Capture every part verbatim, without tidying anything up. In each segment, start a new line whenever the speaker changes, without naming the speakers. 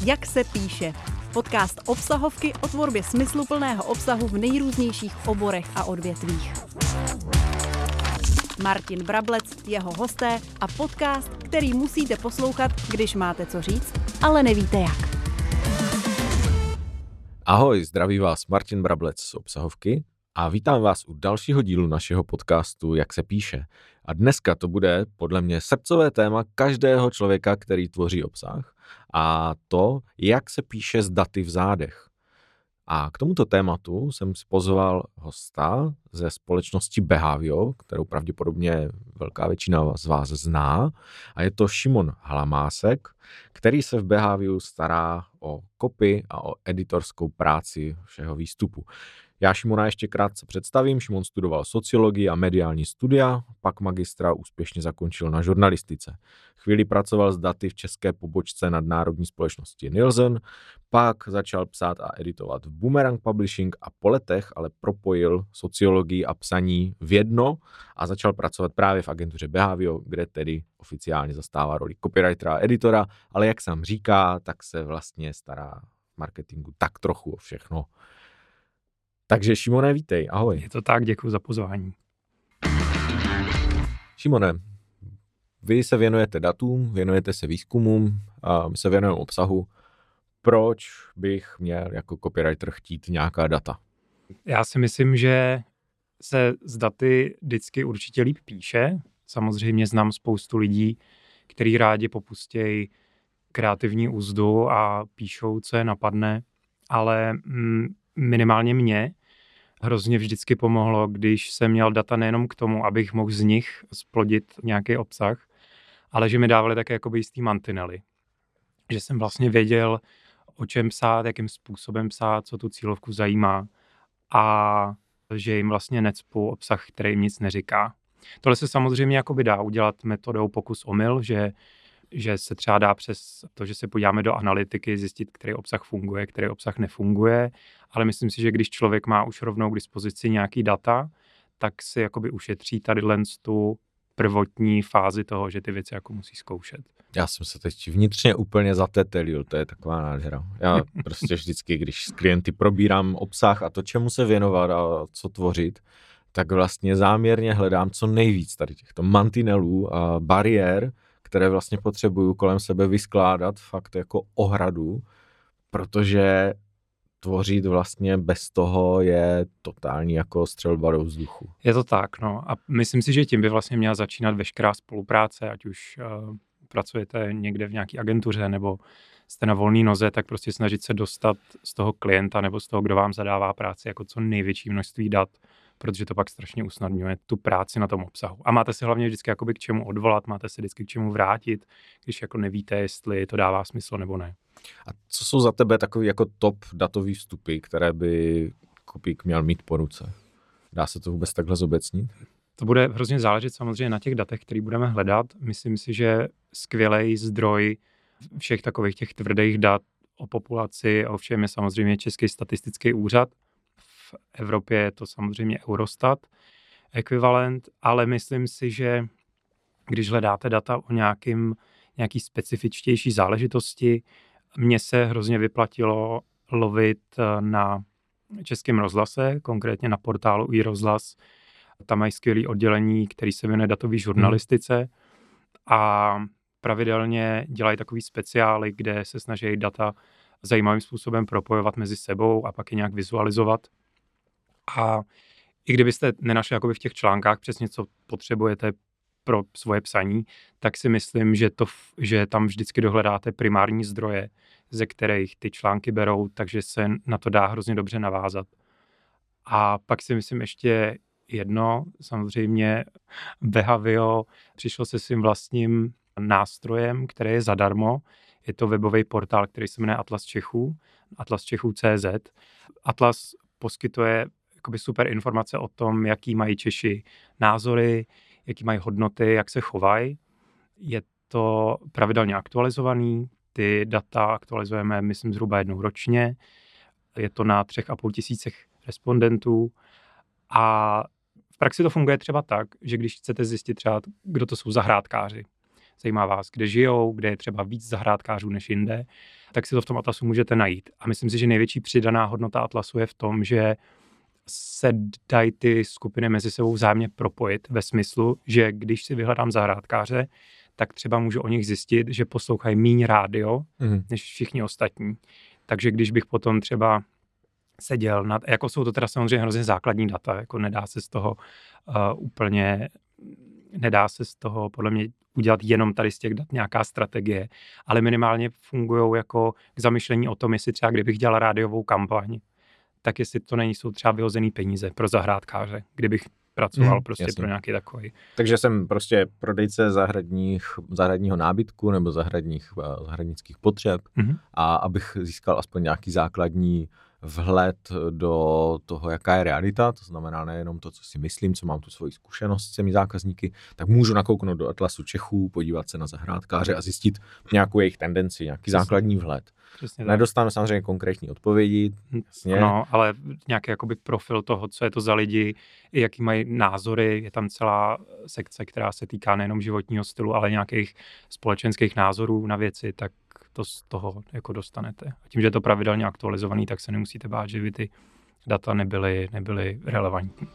Jak se píše. Podcast obsahovky o tvorbě smysluplného obsahu v nejrůznějších oborech a odvětvích. Martin Brablec, jeho hosté a podcast, který musíte poslouchat, když máte co říct, ale nevíte jak.
Ahoj, zdraví vás Martin Brablec z obsahovky a vítám vás u dalšího dílu našeho podcastu Jak se píše. A dneska to bude podle mě srdcové téma každého člověka, který tvoří obsah, a to, jak se píše s daty v zádech. A k tomuto tématu jsem si pozval hosta ze společnosti Behavio, kterou pravděpodobně velká většina z vás zná, a je to Šimon Hlamásek, který se v Behaviu stará o copy a o editorskou práci všeho výstupu. Já Šimona ještě krátce představím. Šimon studoval sociologii a mediální studia, pak magistra úspěšně zakončil na žurnalistice. Chvíli pracoval s daty v české pobočce nadnárodní společnosti Nielsen, pak začal psát a editovat v Boomerang Publishing a po letech ale propojil sociologii a psaní v jedno a začal pracovat právě v agentuře Behavio, kde tedy oficiálně zastává roli copywritera a editora, ale jak sám říká, tak se vlastně stará v marketingu tak trochu o všechno. Takže Šimone, vítej, ahoj.
Je to tak, děkuji za pozvání.
Šimone, vy se věnujete datům, věnujete se výzkumům a my se věnujeme obsahu. Proč bych měl jako copywriter chtít nějaká data?
Já si myslím, že se s daty vždycky určitě líp píše. Samozřejmě znám spoustu lidí, kteří rádi popustějí kreativní úzdu a píšou, co je napadne, ale mm, minimálně mě hrozně vždycky pomohlo, když jsem měl data nejenom k tomu, abych mohl z nich splodit nějaký obsah, ale že mi dávali také jakoby jistý mantinely. Že jsem vlastně věděl, o čem psát, jakým způsobem psát, co tu cílovku zajímá a že jim vlastně necpu obsah, který jim nic neříká. Tohle se samozřejmě jakoby dá udělat metodou pokus omyl, že že se třeba dá přes to, že se podíváme do analytiky, zjistit, který obsah funguje, který obsah nefunguje, ale myslím si, že když člověk má už rovnou k dispozici nějaký data, tak si jakoby ušetří tady tu prvotní fázi toho, že ty věci jako musí zkoušet.
Já jsem se teď vnitřně úplně zatetelil, to je taková nádhera. Já prostě vždycky, když s klienty probírám obsah a to, čemu se věnovat a co tvořit, tak vlastně záměrně hledám co nejvíc tady těchto mantinelů a bariér, které vlastně potřebuju kolem sebe vyskládat fakt jako ohradu, protože tvořit vlastně bez toho je totální jako střelba do vzduchu.
Je to tak, no. A myslím si, že tím by vlastně měla začínat veškerá spolupráce, ať už uh, pracujete někde v nějaké agentuře nebo jste na volné noze, tak prostě snažit se dostat z toho klienta nebo z toho, kdo vám zadává práci, jako co největší množství dat, protože to pak strašně usnadňuje tu práci na tom obsahu. A máte se hlavně vždycky jakoby k čemu odvolat, máte se vždycky k čemu vrátit, když jako nevíte, jestli to dává smysl nebo ne.
A co jsou za tebe takový jako top datový vstupy, které by kopík měl mít po ruce? Dá se to vůbec takhle zobecnit?
To bude hrozně záležet samozřejmě na těch datech, které budeme hledat. Myslím si, že skvělý zdroj všech takových těch tvrdých dat o populaci, o všem je samozřejmě Český statistický úřad. V Evropě je to samozřejmě Eurostat ekvivalent, ale myslím si, že když hledáte data o nějakým, nějaký specifičtější záležitosti, mně se hrozně vyplatilo lovit na Českém rozhlase, konkrétně na portálu iRozhlas. Tam mají skvělé oddělení, které se věnuje datové žurnalistice hmm. a pravidelně dělají takový speciály, kde se snaží data zajímavým způsobem propojovat mezi sebou a pak je nějak vizualizovat. A i kdybyste nenašli jakoby v těch článkách přesně, co potřebujete pro svoje psaní, tak si myslím, že, to, že tam vždycky dohledáte primární zdroje, ze kterých ty články berou, takže se na to dá hrozně dobře navázat. A pak si myslím ještě jedno, samozřejmě Behavio přišlo se svým vlastním nástrojem, který je zadarmo. Je to webový portál, který se jmenuje Atlas Čechů, atlas čechů tečka cé zet. Atlas poskytuje jakoby super informace o tom, jaký mají Češi názory, jaký mají hodnoty, jak se chovají. Je to pravidelně aktualizovaný, ty data aktualizujeme, myslím, zhruba jednou ročně. Je to na třech a půl tisících respondentů a v praxi to funguje třeba tak, že když chcete zjistit třeba, kdo to jsou zahrádkáři, zajímá vás, kde žijou, kde je třeba víc zahrádkářů než jinde, tak si to v tom atlasu můžete najít. A myslím si, že největší přidaná hodnota atlasu je v tom, že se dají ty skupiny mezi sebou vzájemně propojit ve smyslu, že když si vyhledám zahrádkáře, tak třeba můžu o nich zjistit, že poslouchají míň rádio, mm. než všichni ostatní. Takže když bych potom třeba seděl nad, jako jsou to teda samozřejmě hrozně základní data, jako nedá se z toho uh, úplně, nedá se z toho podle mě udělat jenom tady z těch dat nějaká strategie, ale minimálně fungují jako k zamyšlení o tom, jestli třeba kdybych dělal rádiovou kampaň, tak jestli to není jsou třeba vyhozený peníze pro zahrádkáře, kdybych pracoval hmm, prostě jasně. pro nějaký takový.
Takže jsem prostě prodejce zahradních, zahradního nábytku nebo zahradních, zahradnických potřeb hmm. a abych získal aspoň nějaký základní vhled do toho, jaká je realita, to znamená nejenom to, co si myslím, co mám tu svoji zkušenost s těmi zákazníky, tak můžu nakouknout do Atlasu Čechů, podívat se na zahrádkáře a zjistit nějakou jejich tendenci, nějaký Přesně. základní vhled. Přesně Nedostanu samozřejmě konkrétní odpovědi. Jasně.
No, ale nějaký jakoby profil toho, co je to za lidi, jaký mají názory, je tam celá sekce, která se týká nejenom životního stylu, ale nějakých společenských názorů na věci, tak to z toho jako dostanete. A tím, že je to pravidelně aktualizovaný, tak se nemusíte bát, že by ty data nebyly, nebyly relevantní.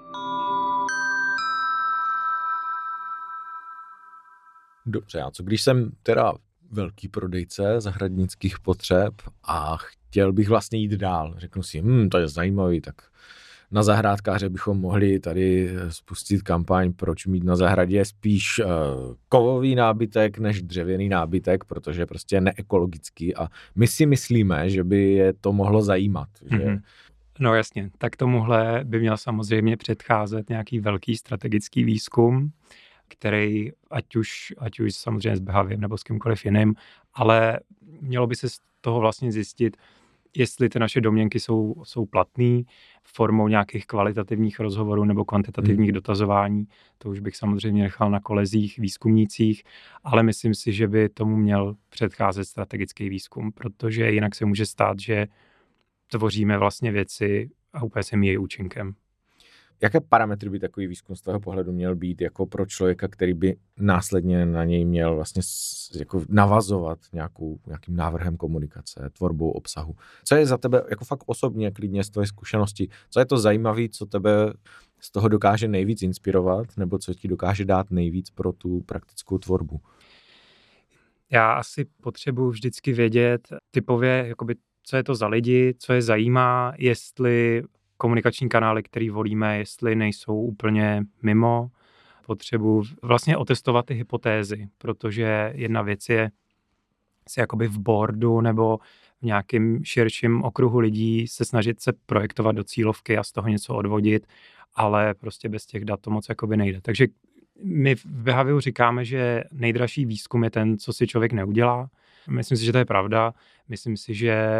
Dobře, a co když jsem teda velký prodejce zahradnických potřeb a chtěl bych vlastně jít dál. Řeknu si, hm, to je zajímavý, tak na zahrádkáře bychom mohli tady spustit kampaň, proč mít na zahradě spíš uh, kovový nábytek než dřevěný nábytek, protože prostě je neekologický a my si myslíme, že by je to mohlo zajímat. Že?
Mm-hmm. No jasně, tak tomuhle by měl samozřejmě předcházet nějaký velký strategický výzkum, který ať už, ať už samozřejmě s Behaviem nebo s kýmkoliv jiným, ale mělo by se z toho vlastně zjistit, jestli ty naše domněnky jsou, jsou platný formou nějakých kvalitativních rozhovorů nebo kvantitativních hmm. dotazování. To už bych samozřejmě nechal na kolezích, výzkumnících, ale myslím si, že by tomu měl předcházet strategický výzkum, protože jinak se může stát, že tvoříme vlastně věci a úplně se míjí účinkem.
Jaké parametry by takový výzkum z toho pohledu měl být jako pro člověka, který by následně na něj měl vlastně jako navazovat nějakou, nějakým návrhem komunikace, tvorbou obsahu? Co je za tebe jako fakt osobně, klidně z tvoje zkušenosti, co je to zajímavé, co tebe z toho dokáže nejvíc inspirovat, nebo co ti dokáže dát nejvíc pro tu praktickou tvorbu?
Já asi potřebuji vždycky vědět typově, jakoby, co je to za lidi, co je zajímá, jestli komunikační kanály, který volíme, jestli nejsou úplně mimo. Potřebuji vlastně otestovat ty hypotézy, protože jedna věc je si jakoby v boardu nebo v nějakém širším okruhu lidí se snažit se projektovat do cílovky a z toho něco odvodit, ale prostě bez těch dat to moc jakoby nejde. Takže my v Behaviu říkáme, že nejdražší výzkum je ten, co si člověk neudělá. Myslím si, že to je pravda. Myslím si, že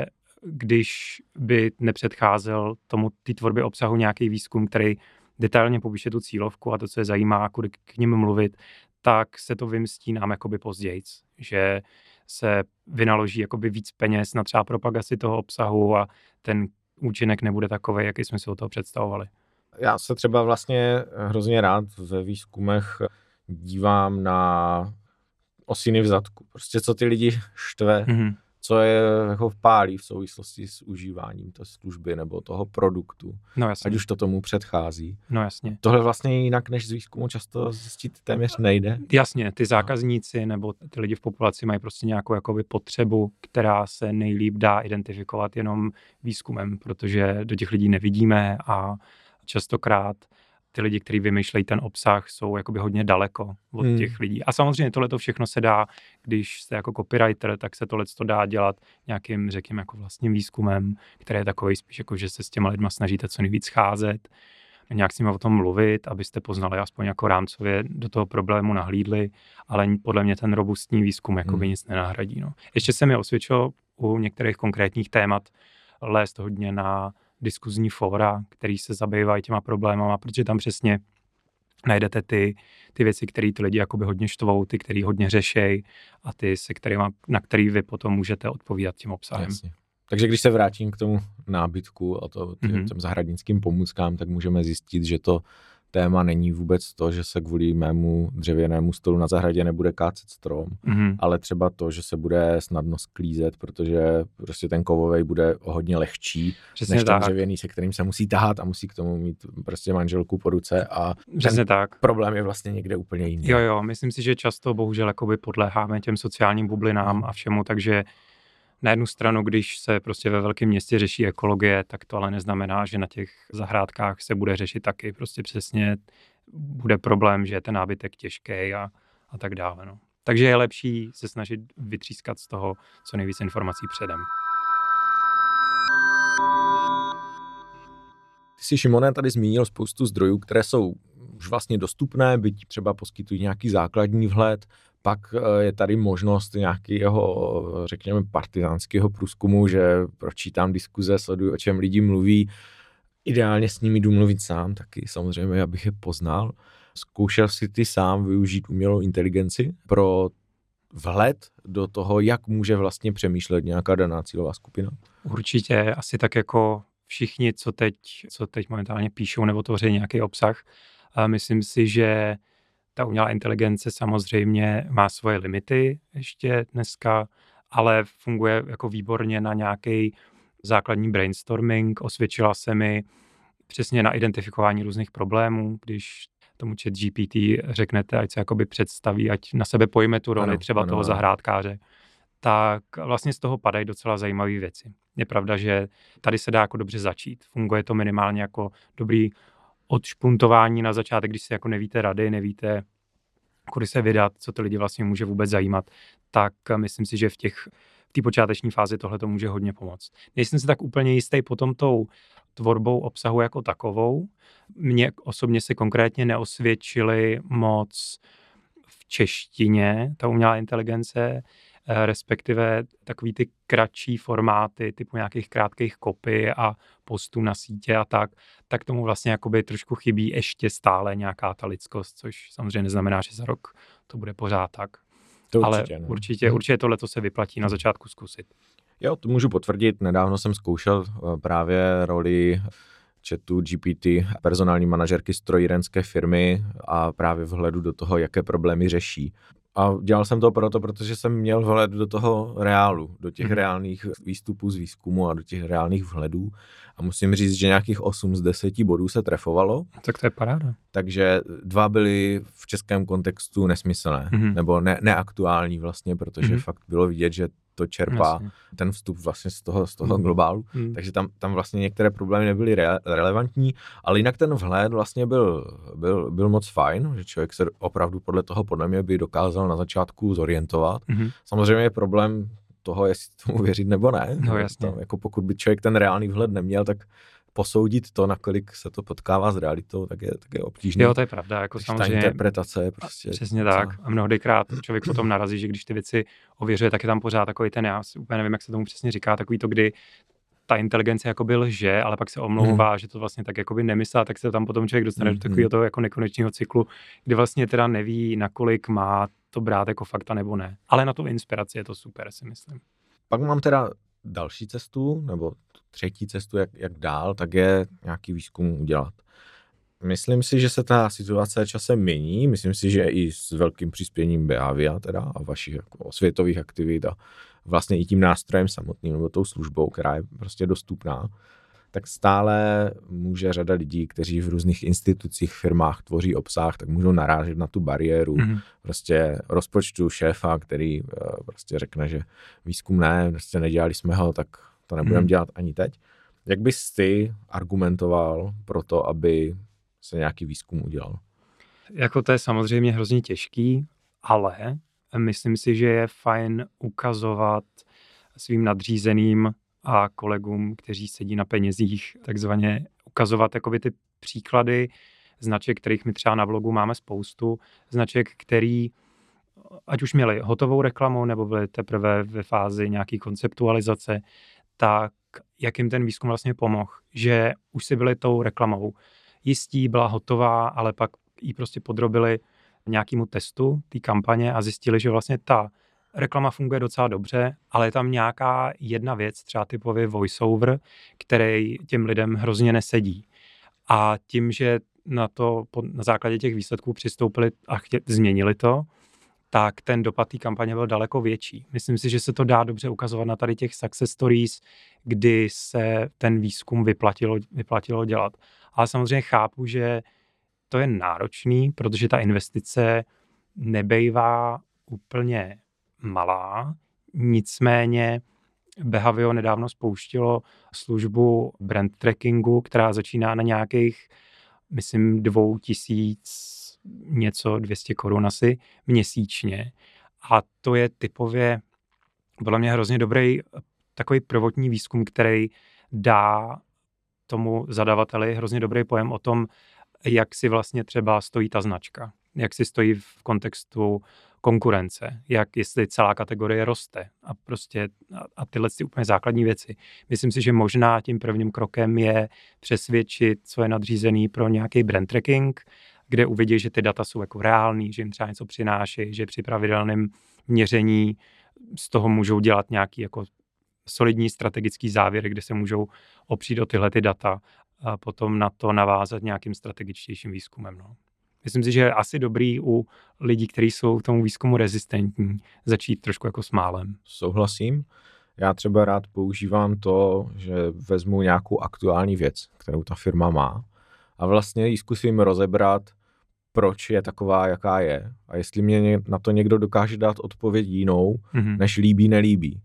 když by nepředcházel tomu té tvorbě obsahu nějaký výzkum, který detailně popíše tu cílovku a to, co je zajímá, kudy k nim mluvit, tak se to vymstí nám jakoby pozdějc, že se vynaloží jakoby víc peněz na třeba propagaci toho obsahu a ten účinek nebude takovej, jaký jsme si o toho představovali.
Já se třeba vlastně hrozně rád ve výzkumech dívám na osiny v zadku. Prostě co ty lidi štve, mm-hmm. co je jako pálí v souvislosti s užíváním té služby nebo toho produktu.
No jasně.
Ať už to tomu předchází.
No jasně.
Tohle vlastně jinak než z výzkumu často zjistit téměř nejde.
Jasně, ty zákazníci nebo ty lidi v populaci mají prostě nějakou jakoby potřebu, která se nejlíp dá identifikovat jenom výzkumem, protože do těch lidí nevidíme a častokrát ty lidi, kteří vymýšlejí ten obsah, jsou jakoby hodně daleko od hmm. těch lidí. A samozřejmě tohleto všechno se dá, když jste jako copywriter, tak se tohleto dá dělat nějakým, řekněme, jako vlastním výzkumem, který je takový spíš jako, že se s těma lidma snažíte co nejvíc scházet, nějak s nimi o tom mluvit, abyste poznali aspoň jako rámcově do toho problému nahlídli, ale podle mě ten robustní výzkum jakoby hmm. nic nenahradí. No. Ještě se mi osvědčilo u některých konkrétních témat lézt hodně na diskuzní fóra, který se zabývají těma problémama, protože tam přesně najdete ty, ty věci, které ty lidi jakoby hodně štvou, ty, který hodně řešejí a ty, se kterýma, na který vy potom můžete odpovídat tím obsahem.
Jasně. Takže když se vrátím k tomu nábytku a to, tě, mm-hmm. těm zahradnickým pomůckám, tak můžeme zjistit, že to téma není vůbec to, že se kvůli mému dřevěnému stolu na zahradě nebude kácet strom, mm-hmm. ale třeba to, že se bude snadno sklízet, protože prostě ten kovovej bude o hodně lehčí, přesně než ten dřevěný, se kterým se musí tahat a musí k tomu mít prostě manželku po ruce a
přesně tak.
Problém je vlastně někde úplně jiný.
Jo, jo, myslím si, že často bohužel jakoby podléháme těm sociálním bublinám a všemu, takže na jednu stranu, když se prostě ve velkém městě řeší ekologie, tak to ale neznamená, že na těch zahrádkách se bude řešit taky. Prostě přesně bude problém, že je ten nábytek těžký a, a tak dále. No. Takže je lepší se snažit vytřískat z toho co nejvíce informací předem.
Ty jsi, Šimone, tady zmínil spoustu zdrojů, které jsou už vlastně dostupné, byť třeba poskytují nějaký základní vhled. Pak je tady možnost nějakého, řekněme, partizánského průzkumu, že pročítám diskuze, sleduju, o čem lidi mluví. Ideálně s nimi jdu mluvit sám, taky samozřejmě, abych je poznal. Zkoušel si ty sám využít umělou inteligenci pro vhled do toho, jak může vlastně přemýšlet nějaká daná cílová skupina?
Určitě, asi tak jako všichni, co teď, co teď momentálně píšou nebo tvoří nějaký obsah. A myslím si, že ta umělá inteligence samozřejmě má svoje limity ještě dneska, ale funguje jako výborně na nějaký základní brainstorming. Osvědčila se mi přesně na identifikování různých problémů, když tomu chat G P T řeknete, ať se jakoby představí, ať na sebe pojme tu roli ano, třeba ano, toho ano. zahrádkáře, tak vlastně z toho padají docela zajímavé věci. Je pravda, že tady se dá jako dobře začít. Funguje to minimálně jako dobrý odšpuntování na začátek, když si jako nevíte rady, nevíte, kudy se vydat, co to lidi vlastně může vůbec zajímat, tak myslím si, že v těch v té počáteční fázi tohle to může hodně pomoct. Nejsem si tak úplně jistý potom tou tvorbou obsahu jako takovou. Mně osobně se konkrétně neosvědčily moc v češtině ta umělá inteligence, respektive takový ty kratší formáty, typu nějakých krátkých kopy a postů na sítě a tak, tak tomu vlastně jakoby trošku chybí ještě stále nějaká ta lidskost, což samozřejmě neznamená, že za rok to bude pořád tak.
To
ale
určitě, no.
určitě, určitě tohleto se vyplatí na začátku zkusit.
Jo, to můžu potvrdit. Nedávno jsem zkoušel právě roli chatu G P T personální manažerky strojírenské firmy a právě vhledu do toho, jaké problémy řeší. A dělal jsem to proto, protože jsem měl vhled do toho reálu, do těch mm. reálných výstupů z výzkumu a do těch reálných vhledů. A musím říct, že nějakých osm z deseti bodů se trefovalo.
Tak to je paráda.
Takže dva byly v českém kontextu nesmyslné, mm. nebo ne, neaktuální vlastně, protože mm. fakt bylo vidět, že to čerpá Jasně. ten vstup vlastně z toho, z toho mm. globálu. Mm. Takže tam, tam vlastně některé problémy nebyly re, relevantní, ale jinak ten vhled vlastně byl, byl, byl moc fajn, že člověk se opravdu podle toho podle mě by dokázal na začátku zorientovat. Mm. Samozřejmě je problém toho, jestli tomu věřit nebo ne.
No, jasně.
Tam, jako pokud by člověk ten reálný vhled neměl, tak posoudit to, nakolik se to potkává s realitou, tak je, tak je obtížné.
Jo, to je pravda. Jako samozřejmě,
ta interpretace je prostě...
Přesně tak. A mnohdykrát člověk potom narazí, že když ty věci ověřuje, tak je tam pořád takový ten, já úplně nevím, jak se tomu přesně říká, takový to, kdy ta inteligence jakoby lže, ale pak se omlouvá, hmm. že to vlastně tak jakoby nemyslá, tak se tam potom člověk dostane hmm. do takového toho jako nekonečného cyklu, kdy vlastně teda neví, nakolik má to brát jako fakta nebo ne. Ale na tu inspiraci je to super, si myslím.
Pak mám teda další cestu, nebo třetí cestu, jak, jak dál, tak je nějaký výzkum udělat. Myslím si, že se ta situace časem mění, myslím si, že i s velkým přispěním Behavia teda a vašich jako osvětových aktivit a vlastně i tím nástrojem samotným, nebo tou službou, která je prostě dostupná, tak stále může řada lidí, kteří v různých institucích, firmách tvoří obsah, tak můžou narážet na tu bariéru mm-hmm. prostě rozpočtu šéfa, který prostě řekne, že výzkum ne, prostě nedělali jsme ho, tak to nebudeme mm-hmm. dělat ani teď. Jak bys ty argumentoval pro to, aby se nějaký výzkum udělal?
Jako to je samozřejmě hrozně těžký, ale myslím si, že je fajn ukazovat svým nadřízeným a kolegům, kteří sedí na penězích, takzvaně ukazovat jakoby ty příklady značek, kterých my třeba na blogu máme spoustu, značek, který ať už měli hotovou reklamu, nebo byly teprve ve fázi nějaký konceptualizace, tak jak jim ten výzkum vlastně pomohl, že už si byli tou reklamou jistí, byla hotová, ale pak ji prostě podrobili nějakému testu té kampaně a zjistili, že vlastně ta reklama funguje docela dobře, ale je tam nějaká jedna věc, třeba typově voiceover, který těm lidem hrozně nesedí. A tím, že na to na základě těch výsledků přistoupili a chtě, změnili to, tak ten dopad té kampaně byl daleko větší. Myslím si, že se to dá dobře ukazovat na tady těch success stories, kdy se ten výzkum vyplatilo, vyplatilo dělat. Ale samozřejmě chápu, že to je náročný, protože ta investice nebejvá úplně malá, nicméně Behavio nedávno spouštilo službu brand trackingu, která začíná na nějakých, myslím, dvou tisíc, něco dvě stě korun asi měsíčně. A to je typově, podle mě hrozně dobrý takový prvotní výzkum, který dá tomu zadavateli hrozně dobrý pojem o tom, jak si vlastně třeba stojí ta značka, jak si stojí v kontextu konkurence, jak jestli celá kategorie roste a prostě a, a tyhle ty úplně základní věci. Myslím si, že možná tím prvním krokem je přesvědčit, co je nadřízený pro nějaký brand tracking, kde uvidí, že ty data jsou jako reální, že jim třeba něco přináší, že při pravidelném měření z toho můžou dělat nějaký jako solidní strategický závěry, kde se můžou opřít o tyhle ty data a potom na to navázat nějakým strategičtějším výzkumem. No. Myslím si, že je asi dobrý u lidí, kteří jsou k tomu výzkumu rezistentní, začít trošku jako s málem.
Souhlasím. Já třeba rád používám to, že vezmu nějakou aktuální věc, kterou ta firma má a vlastně ji zkusím rozebrat, proč je taková, jaká je. A jestli mě na to někdo dokáže dát odpověď jinou, mm-hmm. než líbí, nelíbí.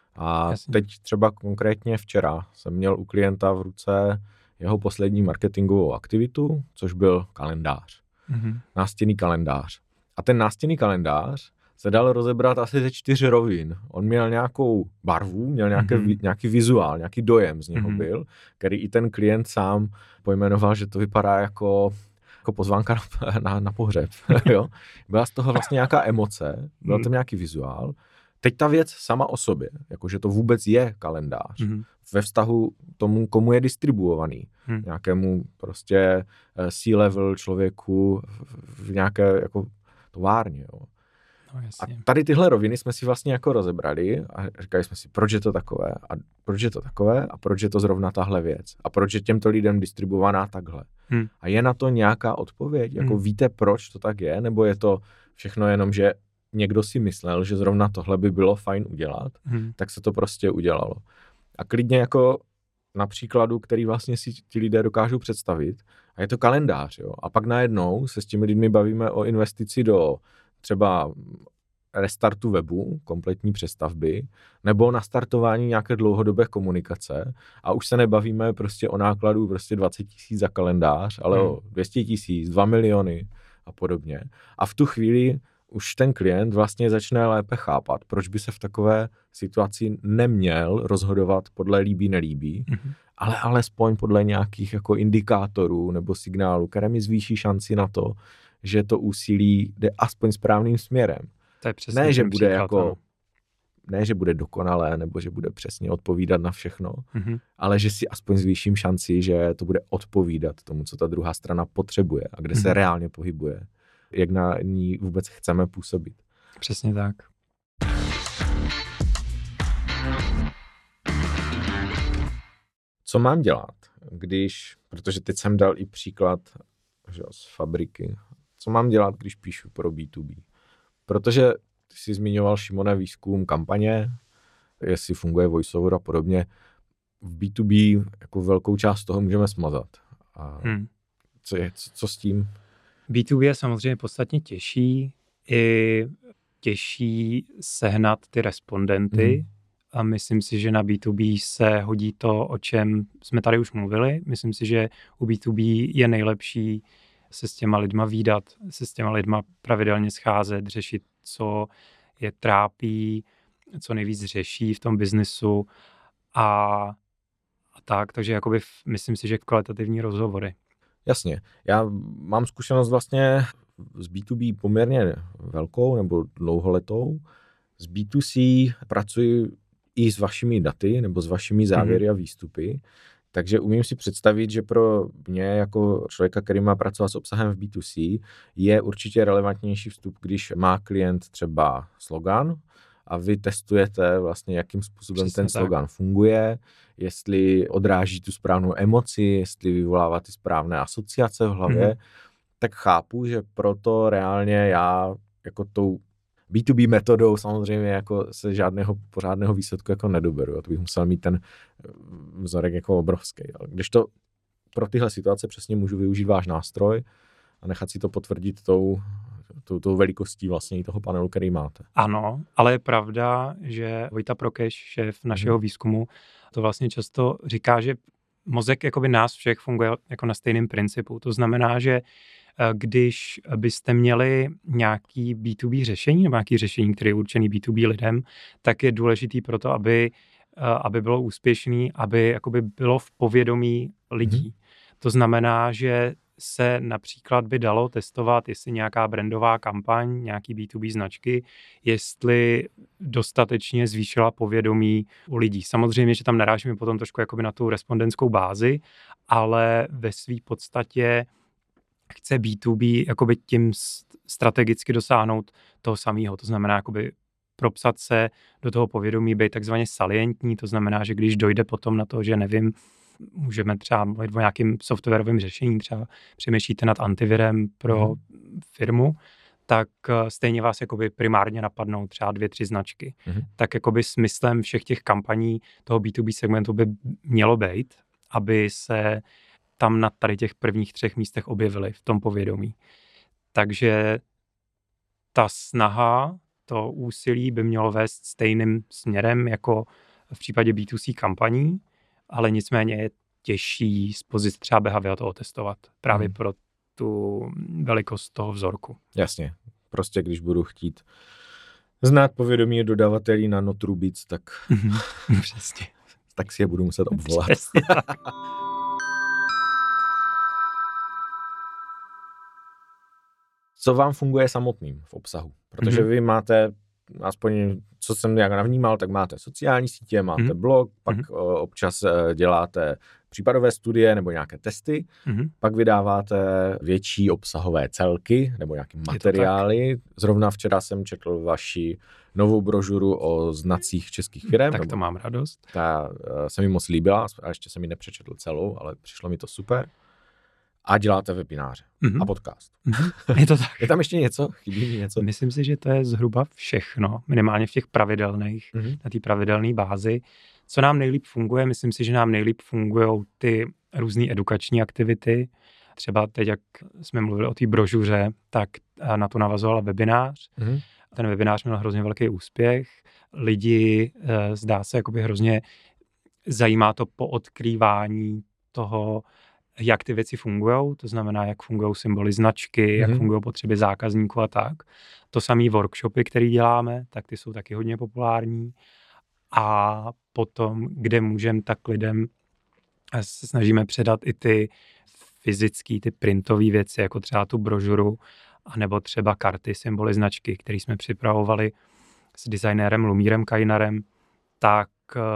A Jasně. teď třeba konkrétně včera jsem měl u klienta v ruce jeho poslední marketingovou aktivitu, což byl kalendář. Mm-hmm. Nástěnný kalendář. A ten nástěnný kalendář se dal rozebrat asi ze čtyř rovin. On měl nějakou barvu, měl nějaké, mm-hmm. nějaký vizuál, nějaký dojem z něho mm-hmm. byl, který i ten klient sám pojmenoval, že to vypadá jako, jako pozvánka na, na, na pohřeb. Jo? Byla z toho vlastně nějaká emoce, byl tam nějaký vizuál. Teď ta věc sama o sobě, jakože to vůbec je kalendář, mm-hmm. ve vztahu tomu, komu je distribuovaný, mm. nějakému prostě C-level člověku v nějaké jako továrně. Jo.
No,
a tady tyhle roviny jsme si vlastně jako rozebrali a říkali jsme si, proč je to takové a proč je to takové a proč je to zrovna tahle věc a proč je těmto lidem distribuovaná takhle. Mm. A je na to nějaká odpověď? Jako mm. víte, proč to tak je? Nebo je to všechno jenom, že někdo si myslel, že zrovna tohle by bylo fajn udělat, hmm. tak se to prostě udělalo. A klidně jako na příkladu, který vlastně si ti lidé dokážou představit, a je to kalendář, jo. A pak najednou se s těmi lidmi bavíme o investici do třeba restartu webu, kompletní přestavby, nebo na startování nějaké dlouhodobé komunikace a už se nebavíme prostě o nákladu prostě dvacet tisíc za kalendář, ale hmm. o dvě stě tisíc, dva miliony a podobně. A v tu chvíli už ten klient vlastně začne lépe chápat, proč by se v takové situaci neměl rozhodovat podle líbí, nelíbí, mm-hmm. ale alespoň podle nějakých jako indikátorů nebo signálů, které mi zvýší šanci na to, že to úsilí jde aspoň správným směrem.
To je přesně
ne, že bude jako, ne, že bude dokonalé, nebo že bude přesně odpovídat na všechno, mm-hmm. ale že si aspoň zvýším šanci, že to bude odpovídat tomu, co ta druhá strana potřebuje a kde mm-hmm. se reálně pohybuje. Jak na ní vůbec chceme působit.
Přesně tak.
Co mám dělat, když, protože teď jsem dal i příklad že, z fabriky, co mám dělat, když píšu pro bé dvě bé? Protože ty jsi zmiňoval, Šimone, výzkum kampaně, jestli funguje voiceover a podobně. V bé dvě bé jako velkou část toho můžeme smazat. A hmm. co, je, co, co s tím?
bé dvě bé je samozřejmě podstatně těžší, i těžší sehnat ty respondenty mm. a myslím si, že na bé dvě bé se hodí to, o čem jsme tady už mluvili. Myslím si, že u bé dvě bé je nejlepší se s těma lidma vídat, se s těma lidma pravidelně scházet, řešit, co je trápí, co nejvíc řeší v tom biznesu a, a tak. Takže jakoby myslím si, že kvalitativní rozhovory.
Jasně. Já mám zkušenost vlastně s bé dvě bé poměrně velkou nebo dlouholetou. S bé dvě C pracuji i s vašimi daty nebo s vašimi závěry mm-hmm. a výstupy. Takže umím si představit, že pro mě jako člověka, který má pracovat s obsahem v bé dvě C, je určitě relevantnější vstup, když má klient třeba slogan a vy testujete vlastně, jakým způsobem
Přesně
ten slogan tak. funguje, jestli odráží tu správnou emoci, jestli vyvolává ty správné asociace v hlavě, mm-hmm. tak chápu, že proto reálně já jako tou bé dvě bé metodou samozřejmě jako se žádného pořádného výsledku jako nedoberu. A to bych musel mít ten vzorek jako obrovský. Ale když to pro tyhle situace přesně můžu využít váš nástroj a nechat si to potvrdit tou, tou, tou velikostí vlastně i toho panelu, který máte.
Ano, ale je pravda, že Vojta Prokeš, šéf našeho hmm. výzkumu, to vlastně často říká, že mozek jakoby nás všech funguje jako na stejném principu. To znamená, že když byste měli nějaký bé dvě bé řešení nebo nějaký řešení, které je určený bé dvě bé lidem, tak je důležitý pro to, aby, aby bylo úspěšný, aby jakoby bylo v povědomí lidí. Hmm. To znamená, že se například by dalo testovat, jestli nějaká brandová kampaň, nějaký bé dvě bé značky, jestli dostatečně zvýšila povědomí u lidí. Samozřejmě, že tam narážíme potom trošku jakoby na tu respondentskou bázi, ale ve své podstatě chce bé dvě bé jakoby tím strategicky dosáhnout toho samého. To znamená jakoby propsat se do toho povědomí, být takzvaně salientní, to znamená, že když dojde potom na to, že nevím, můžeme třeba mluvit o nějakým softwarovým řešením, třeba přemýšlíte nad antivirem pro mm. firmu, tak stejně vás jakoby primárně napadnou třeba dvě, tři značky. Mm. Tak jakoby smyslem všech těch kampaní toho bé dvě bé segmentu by mělo být, aby se tam na tady těch prvních třech místech objevily v tom povědomí. Takže ta snaha, to úsilí by mělo vést stejným směrem jako v případě bé dvě cé kampaní, ale nicméně je těžší z pozice třeba Behavia to otestovat právě hmm. pro tu velikost toho vzorku.
Jasně. Prostě když budu chtít znát povědomí dodavatelí na Notrubits, tak
přesně.
tak si je budu muset obvolat.
Přesně tak.
Co vám funguje samotným v obsahu? Protože mm-hmm. vy máte, aspoň co jsem nějak navnímal, tak máte sociální sítě, máte mm-hmm. blog, pak mm-hmm. občas děláte případové studie nebo nějaké testy, mm-hmm. pak vydáváte větší obsahové celky nebo nějaké materiály. Zrovna včera jsem četl vaši novou brožuru o znacích českých firem.
Tak to mám radost.
Ta se mi moc líbila, a ještě jsem ji nepřečetl celou, ale přišlo mi to super. A děláte webináře mm-hmm. a podcast.
Mm-hmm. Je to tak.
Je tam ještě něco? Chybí mi něco?
Myslím si, že to je zhruba všechno, minimálně v těch pravidelných, mm-hmm. na té pravidelné bázi. Co nám nejlíp funguje? Myslím si, že nám nejlíp fungují ty různé edukační aktivity. Třeba teď, jak jsme mluvili o té brožuře, tak na to navazovala webinář. Mm-hmm. Ten webinář měl hrozně velký úspěch. Lidi, zdá se, jakoby hrozně zajímá to poodkrývání toho, jak ty věci fungují, to znamená, jak fungují symboly značky, mm-hmm. jak fungují potřeby zákazníků a tak. To samý workshopy, které děláme, tak ty jsou taky hodně populární. A potom, kde můžeme, tak lidem se snažíme předat i ty fyzické, ty printové věci, jako třeba tu brožuru, anebo třeba karty, symboly značky, které jsme připravovali s designérem Lumírem Kajnarem, tak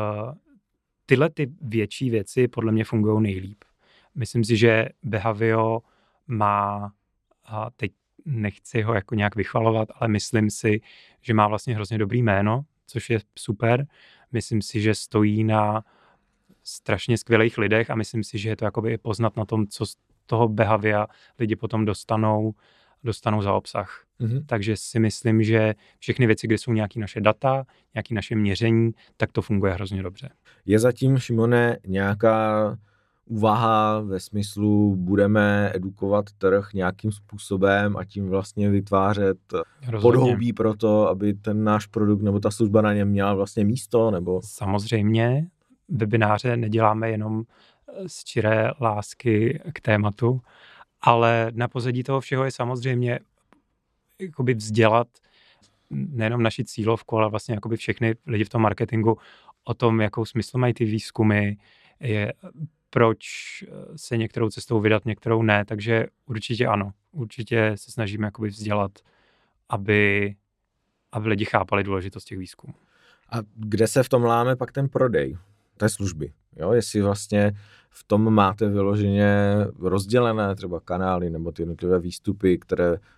tyhle ty větší věci podle mě fungují nejlíp. Myslím si, že Behavio má, a teď nechci ho jako nějak vychvalovat, ale myslím si, že má vlastně hrozně dobrý jméno, což je super. Myslím si, že stojí na strašně skvělých lidech a myslím si, že je to jakoby i poznat na tom, co z toho Behavia lidi potom dostanou, dostanou za obsah. Mm-hmm. Takže si myslím, že všechny věci, kde jsou nějaké naše data, nějaké naše měření, tak to funguje hrozně dobře.
Je zatím, Šimone, nějaká úvaha ve smyslu, budeme edukovat trh nějakým způsobem a tím vlastně vytvářet Rozhodně. podhoubí pro to, aby ten náš produkt nebo ta služba na něm měla vlastně místo? Nebo...
Samozřejmě. Webináře neděláme jenom z čiré lásky k tématu, ale na pozadí toho všeho je samozřejmě jakoby vzdělat nejenom naši cílovku, ale vlastně jakoby všechny lidi v tom marketingu o tom, jakou smysl mají ty výzkumy, je proč se některou cestou vydat, některou ne, takže určitě ano. Určitě se snažíme jakoby vzdělat, aby, aby lidi chápali důležitost těch výzkumů.
A kde se v tom láme pak ten prodej té služby? Jo? Jestli vlastně v tom máte vyloženě rozdělené třeba kanály nebo ty jednotlivé výstupy, které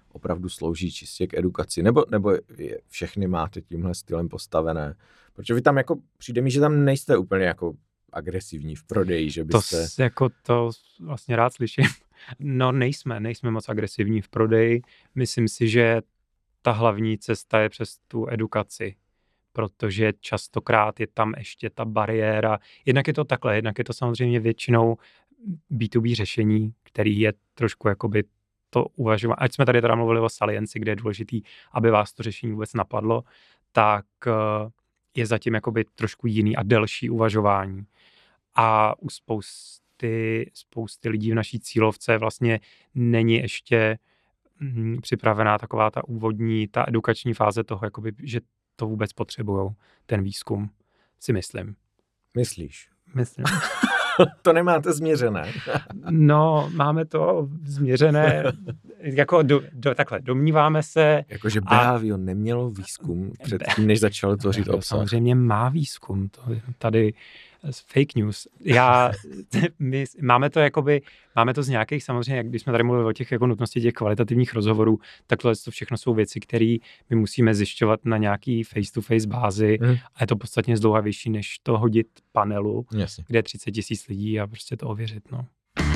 opravdu slouží čistě k edukaci, nebo, nebo je, všechny máte tímhle stylem postavené? Protože vy tam jako, přijde mi, že tam nejste úplně jako agresivní v prodeji, že byste...
To, jako to vlastně rád slyším. No nejsme, nejsme moc agresivní v prodeji. Myslím si, že ta hlavní cesta je přes tu edukaci, protože častokrát je tam ještě ta bariéra. Jednak je to takhle, jednak je to samozřejmě většinou bé dvě bé řešení, který je trošku jakoby to uvažování. Ať jsme tady teda mluvili o salienci, kde je důležitý, aby vás to řešení vůbec napadlo, tak je zatím jakoby trošku jiný a delší uvažování. A u spousty, spousty lidí v naší cílovce vlastně není ještě hm, připravená taková ta úvodní, ta edukační fáze toho, jakoby, že to vůbec potřebujou, ten výzkum, si myslím.
Myslíš?
Myslím.
To nemáte změřené.
No, máme to změřené, jako do, do, takhle, domníváme se.
Jakože Behavio nemělo výzkum předtím, než začalo tvořit obsah.
Samozřejmě má výzkum, to je tady fake news. Já, my máme to jakoby, máme to z nějakých, samozřejmě, jak když jsme tady mluvili o těch jako nutnosti těch kvalitativních rozhovorů, tak tohle to všechno jsou věci, které my musíme zjišťovat na nějaký face-to-face bázi hmm. a je to podstatně zdlouhavější, než to hodit panelu,
Jasně.
kde je třicet tisíc lidí a prostě to ověřit, no.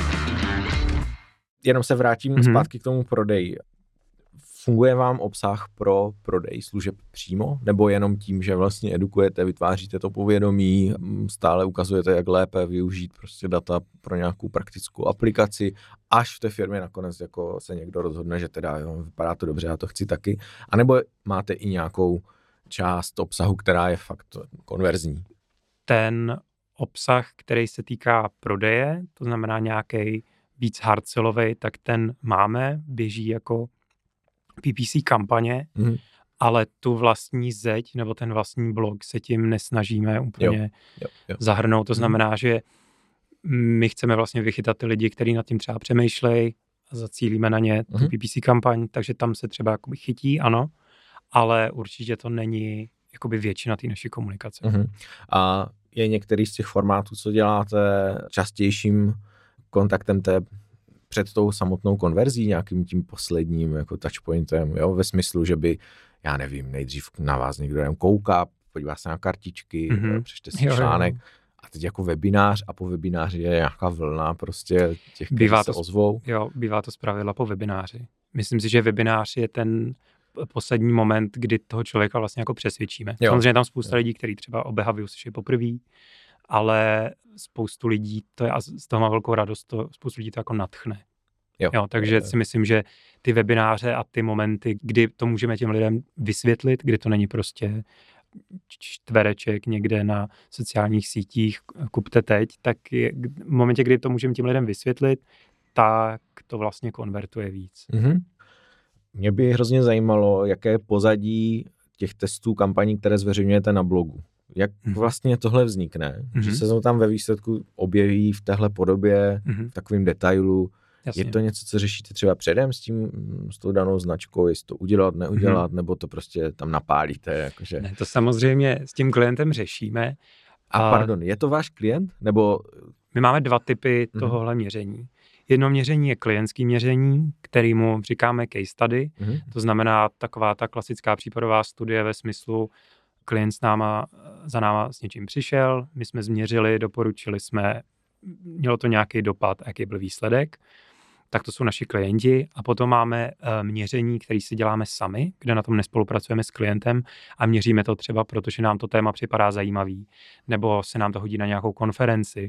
Jenom se vrátím mm-hmm. zpátky k tomu prodeji. Funguje vám obsah pro prodej služeb přímo? Nebo jenom tím, že vlastně edukujete, vytváříte to povědomí, stále ukazujete, jak lépe využít prostě data pro nějakou praktickou aplikaci, až v té firmě nakonec jako se někdo rozhodne, že teda jo, vypadá to dobře, já to chci taky. A nebo máte i nějakou část obsahu, která je fakt konverzní?
Ten obsah, který se týká prodeje, to znamená nějaký víc hardsellovej, tak ten máme, běží jako P P C kampaně, mm. ale tu vlastní zeď nebo ten vlastní blog se tím nesnažíme úplně jo, jo, jo. zahrnout. To znamená, mm. že my chceme vlastně vychytat ty lidi, kteří nad tím třeba přemýšlejí a zacílíme na ně tu mm. P P C kampaň, takže tam se třeba jakoby chytí, ano, ale určitě to není jakoby většina té naší komunikace.
Mm. A je některý z těch formátů, co děláte, častějším kontaktem té před tou samotnou konverzí, nějakým tím posledním jako touchpointem, jo, ve smyslu, že by, já nevím, nejdřív na vás někdo jenom kouká, podívá se na kartičky, mm-hmm. přečte si jo, článek jo. a teď jako webinář a po webináři je nějaká vlna prostě těch, kteří se to, ozvou.
Jo, bývá to zpravidla po webináři. Myslím si, že webinář je ten poslední moment, kdy toho člověka vlastně jako přesvědčíme. Jo. Samozřejmě je tam spousta jo. lidí, kteří třeba o Behaviu slyší poprvé, ale spoustu lidí, to je, a z toho má velkou radost, to spoustu lidí to jako nadchne. Jo. Jo, takže jo, jo. si myslím, že ty webináře a ty momenty, kdy to můžeme těm lidem vysvětlit, kdy to není prostě čtvereček někde na sociálních sítích, kupte teď, tak je, v momentě, kdy to můžeme těm lidem vysvětlit, tak to vlastně konvertuje víc.
Mm-hmm. Mě by hrozně zajímalo, jaké je pozadí těch testů kampaní, které zveřejňujete na blogu. Jak mm-hmm. vlastně tohle vznikne? Mm-hmm. Že se to tam ve výsledku objeví v téhle podobě, mm-hmm. v takovém detailu. Jasně. Je to něco, co řešíte třeba předem s tím, s tou danou značkou, jestli to udělat, neudělat, mm-hmm. nebo to prostě tam napálíte? Jakože...
Ne, to samozřejmě s tím klientem řešíme.
A, a pardon, je to váš klient? Nebo...
My máme dva typy tohohle mm-hmm. měření. Jedno měření je klientský měření, kterému říkáme case study. Mm-hmm. To znamená taková ta klasická případová studie ve smyslu, klient s náma, za náma s něčím přišel, my jsme změřili, doporučili jsme, mělo to nějaký dopad, jaký byl výsledek. Tak to jsou naši klienti. A potom máme uh, měření, které si děláme sami, kde na tom nespolupracujeme s klientem a měříme to třeba, protože nám to téma připadá zajímavý, nebo se nám to hodí na nějakou konferenci.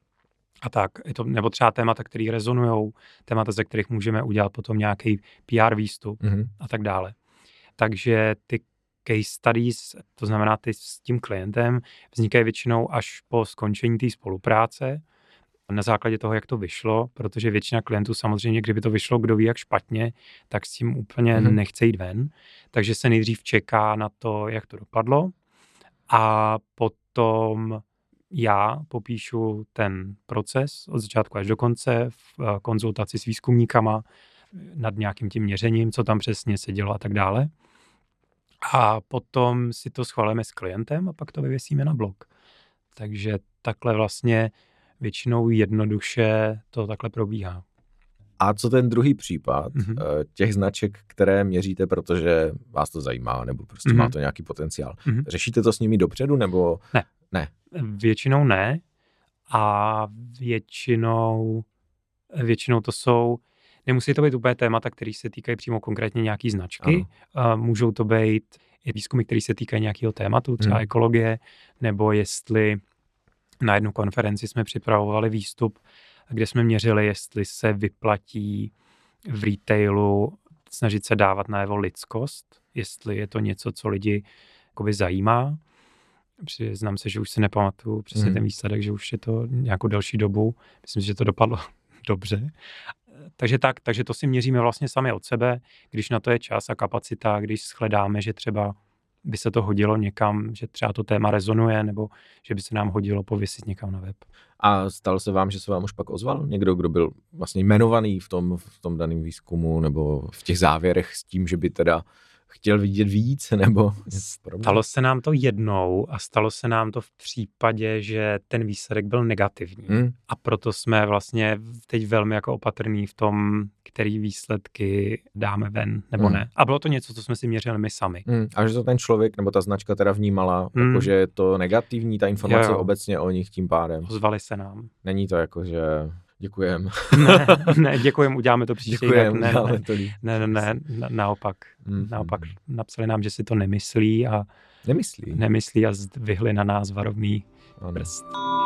A tak, je to, nebo třeba témata, které rezonujou, témata, ze kterých můžeme udělat potom nějaký P R výstup mm-hmm. a tak dále. Takže ty case studies, to znamená ty s tím klientem, vznikají většinou až po skončení té spolupráce, na základě toho, jak to vyšlo, protože většina klientů samozřejmě, kdyby to vyšlo, kdo ví jak špatně, tak s tím úplně mm-hmm. nechce jít ven. Takže se nejdřív čeká na to, jak to dopadlo a potom já popíšu ten proces od začátku až do konce v konzultaci s výzkumníkama nad nějakým tím měřením, co tam přesně se dělo a tak dále. A potom si to schválíme s klientem a pak to vyvěsíme na blog. Takže takhle vlastně většinou jednoduše to takhle probíhá.
A co ten druhý případ
mm-hmm.
těch značek, které měříte, protože vás to zajímá, nebo prostě mm-hmm. má to nějaký potenciál. Mm-hmm. Řešíte to s nimi dopředu, nebo...
Ne.
Ne.
Většinou ne. A většinou, většinou to jsou... Nemusí to být úplně témata, které se týkají přímo konkrétně nějaký značky. Ano. Můžou to být i výzkumy, které se týkají nějakého tématu, třeba hmm. ekologie, nebo jestli na jednu konferenci jsme připravovali výstup, kde jsme měřili, jestli se vyplatí v retailu snažit se dávat najevo lidskost, jestli je to něco, co lidi jakoby zajímá. Přiznám se, že už si nepamatuju přesně hmm. ten výsledek, že už je to nějakou delší dobu. Myslím, že to dopadlo dobře. Takže tak, takže to si měříme vlastně sami od sebe, když na to je čas a kapacita, když shledáme, že třeba by se to hodilo někam, že třeba to téma rezonuje, nebo že by se nám hodilo pověsit někam na web.
A stalo se vám, že se vám už pak ozval někdo, kdo byl vlastně jmenovaný v tom, v tom daném výzkumu nebo v těch závěrech s tím, že by teda chtěl vidět víc, nebo...
Stalo se nám to jednou a stalo se nám to v případě, že ten výsledek byl negativní. Hmm. A proto jsme vlastně teď velmi jako opatrní v tom, který výsledky dáme ven, nebo hmm. ne. A bylo to něco, co jsme si měřili my sami.
Hmm. A že to ten člověk, nebo ta značka teda vnímala, hmm. jako že je to negativní, ta informace jo, jo. obecně o nich tím pádem.
Ozvali se nám.
Není to jako, že... Děkujem.
Ne, ne, děkujem, uděláme to příště.
Děkujem,
ne,
ne,
to ne, ne, ne, na, naopak. Mm-hmm. Naopak napsali nám, že si to nemyslí a
nemyslí,
nemyslí a zdvihli na nás varovný prst.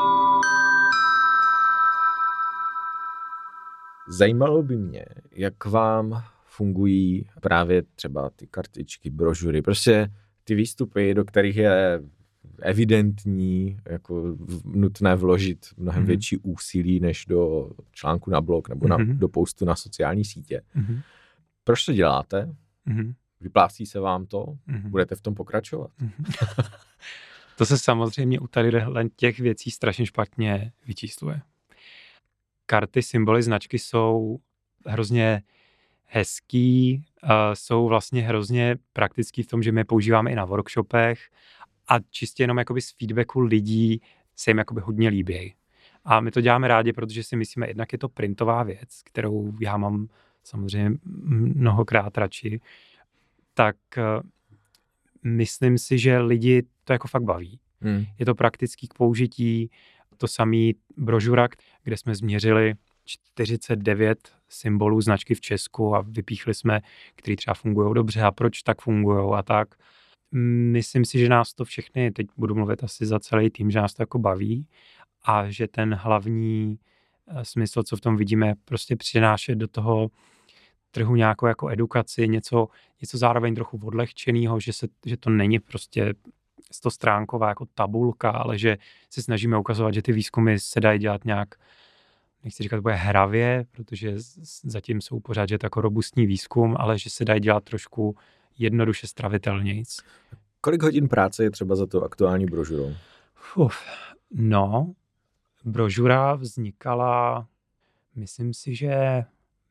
Zajímalo by mě, jak vám fungují právě třeba ty kartičky, brožury, prostě ty výstupy, do kterých je evidentní, jako nutné vložit mnohem mm-hmm. větší úsilí než do článku na blog nebo na, mm-hmm. do postu na sociální sítě. Mm-hmm. Proč to děláte? Mm-hmm. Vyplácí se vám to? Mm-hmm. Budete v tom pokračovat? Mm-hmm.
To se samozřejmě u tady těch věcí strašně špatně vyčísluje. Karty, symboly, značky jsou hrozně hezký, jsou vlastně hrozně praktický v tom, že my je používáme i na workshopech a čistě jenom jakoby z feedbacku lidí se jim jakoby hodně líbí. A my to děláme rádi, protože si myslíme, jednak je to printová věc, kterou já mám samozřejmě mnohokrát radši, tak myslím si, že lidi to jako fakt baví. Hmm. Je to praktický k použití, to samý brožura, kde jsme změřili čtyřicet devět symbolů značky v Česku a vypíchli jsme, který třeba fungují dobře a proč tak fungují a tak. Myslím si, že nás to všechny, teď budu mluvit asi za celý tým, že nás to jako baví a že ten hlavní smysl, co v tom vidíme, je prostě přinášet do toho trhu nějakou jako edukaci, něco, něco zároveň trochu odlehčenýho, že, se, že to není prostě stostránková jako tabulka, ale že se snažíme ukazovat, že ty výzkumy se dají dělat nějak, nechci říkat, bude hravě, protože zatím jsou pořád, že je to jako robustní výzkum, ale že se dají dělat trošku jednoduše stravitelnějc.
Kolik hodin práce je třeba za to aktuální brožurou?
Uf, no, brožura vznikala, myslím si, že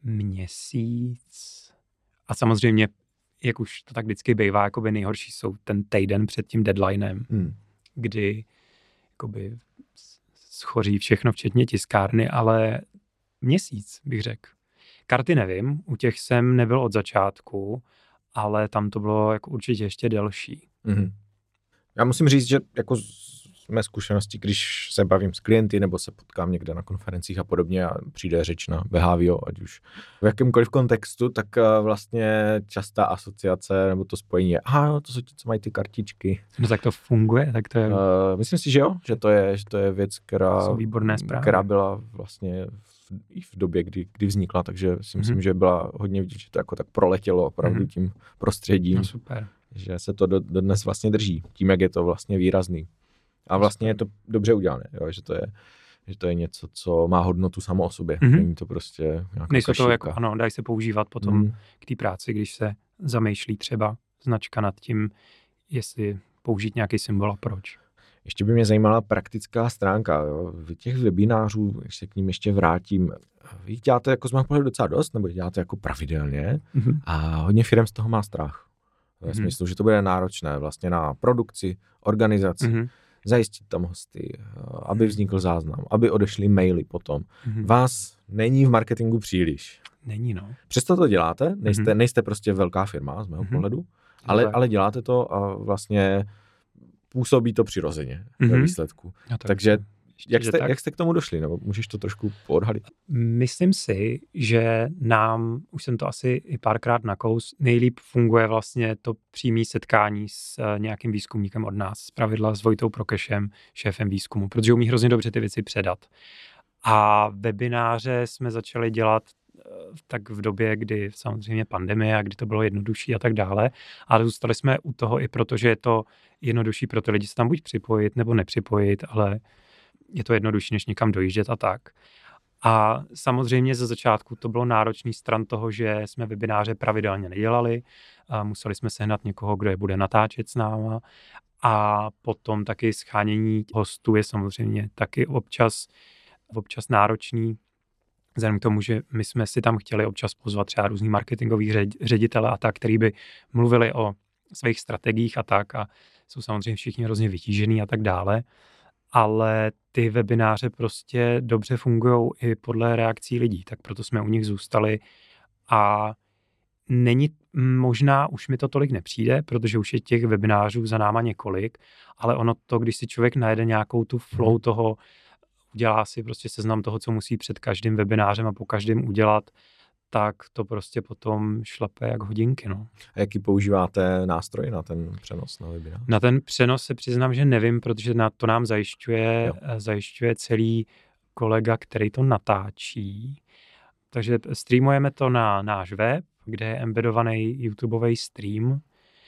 měsíc. A samozřejmě, jak už to tak vždycky bývá, jakoby nejhorší jsou ten týden před tím deadlinem, hmm. kdy jakoby schoří všechno, včetně tiskárny, ale měsíc, bych řekl. Karty nevím, u těch jsem nebyl od začátku, ale tam to bylo jako určitě ještě delší. Mm-hmm.
Já musím říct, že jako z mé zkušenosti, když se bavím s klienty nebo se potkám někde na konferencích a podobně a přijde řeč na behavior, ať už v jakémkoliv kontextu, tak vlastně častá asociace nebo to spojení je, aha, to jsou ti, co mají ty kartičky.
No tak to funguje, tak to je... Uh,
myslím si, že jo, že to je, že to je věc, která,
jsou výborné zprávy,
která byla vlastně v, i v době, kdy, kdy vznikla, takže si myslím, mm-hmm. že byla hodně vidět, že to jako tak proletělo opravdu mm-hmm. tím prostředím.
No super.
Že se to do, do dnes vlastně drží, tím, jak je to vlastně výrazný. A vlastně je to dobře udělané, jo? Že, to je, že to je něco, co má hodnotu samo o sobě. Mm-hmm. Není to prostě nějaká
Nejsou to jako, ano, dají se používat potom mm. k té práci, když se zamýšlí třeba značka nad tím, jestli použít nějaký symbol a proč.
Ještě by mě zajímala praktická stránka. Jo? Vy těch webinářů, když se k ním ještě vrátím, vy děláte jako z mého pohledu docela dost, nebo děláte jako pravidelně mm-hmm. a hodně firem z toho má strach. V mm-hmm. smyslu, že to bude náročné vlastně na produkci, organizaci. Mm-hmm. zajistit tam hosty, aby vznikl záznam, aby odešly maily potom.
Mm-hmm.
Vás není v marketingu příliš.
Není, no.
Přesto to děláte, nejste,
mm-hmm.
nejste prostě velká firma z mého mm-hmm. pohledu, ale,
tak.
ale děláte to a vlastně působí to přirozeně mm-hmm. ve výsledku.
No, tak
Takže jak jste,
tak.
jak jste k tomu došli? Nebo můžeš to trošku poodhalit?
Myslím si, že nám, už jsem to asi i párkrát nakous, nejlíp funguje vlastně to přímé setkání s nějakým výzkumníkem od nás, zpravidla s Vojtou Prokešem, šéfem výzkumu, protože umí hrozně dobře ty věci předat. A webináře jsme začali dělat tak v době, kdy samozřejmě pandemie a kdy to bylo jednodušší a tak dále, ale zůstali jsme u toho i proto, že je to jednodušší pro ty lidi se tam buď připojit nebo nepřipojit, ale je to jednodušší, než někam dojíždět a tak. A samozřejmě ze začátku to bylo náročný stran toho, že jsme webináře pravidelně nedělali, a museli jsme sehnat někoho, kdo je bude natáčet s náma a potom taky schánění hostů je samozřejmě taky občas, občas náročný. Vzhledem k tomu, že my jsme si tam chtěli občas pozvat třeba různý marketingový ředitele a tak, který by mluvili o svých strategiích a tak a jsou samozřejmě všichni hrozně vytížený a tak dále. Ale ty webináře prostě dobře fungují i podle reakcí lidí, tak proto jsme u nich zůstali a není, možná už mi to tolik nepřijde, protože už je těch webinářů za náma několik, ale ono to, když si člověk najde nějakou tu flow toho, udělá si prostě seznam toho, co musí před každým webinářem a po každém udělat, tak to prostě potom šlape jak hodinky. No.
A jaký používáte nástroj na ten přenos na webinář?
Na ten přenos se přiznám, že nevím, protože na to nám zajišťuje, zajišťuje celý kolega, který to natáčí. Takže streamujeme to na náš web, kde je embedovaný YouTubeový stream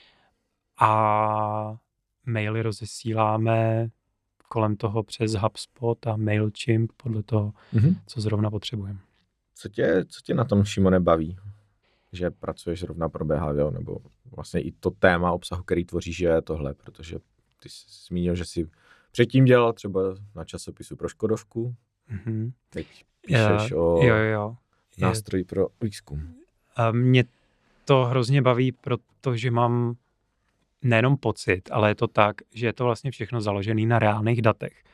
a maily rozesíláme kolem toho přes HubSpot a MailChimp podle toho, mm-hmm. co zrovna potřebujeme.
Co tě, co tě na tom, Šimone, baví? Že pracuješ zrovna pro Behavio, nebo vlastně i to téma obsahu, který tvoříš, je tohle, protože ty jsi zmínil, že jsi předtím dělal třeba na časopisu pro Škodovku, mm-hmm. teď píšeš uh, o
jo, jo.
nástroji je, pro výzkum.
A mě to hrozně baví, protože mám nejenom pocit, ale je to tak, že je to vlastně všechno založené na reálných datech.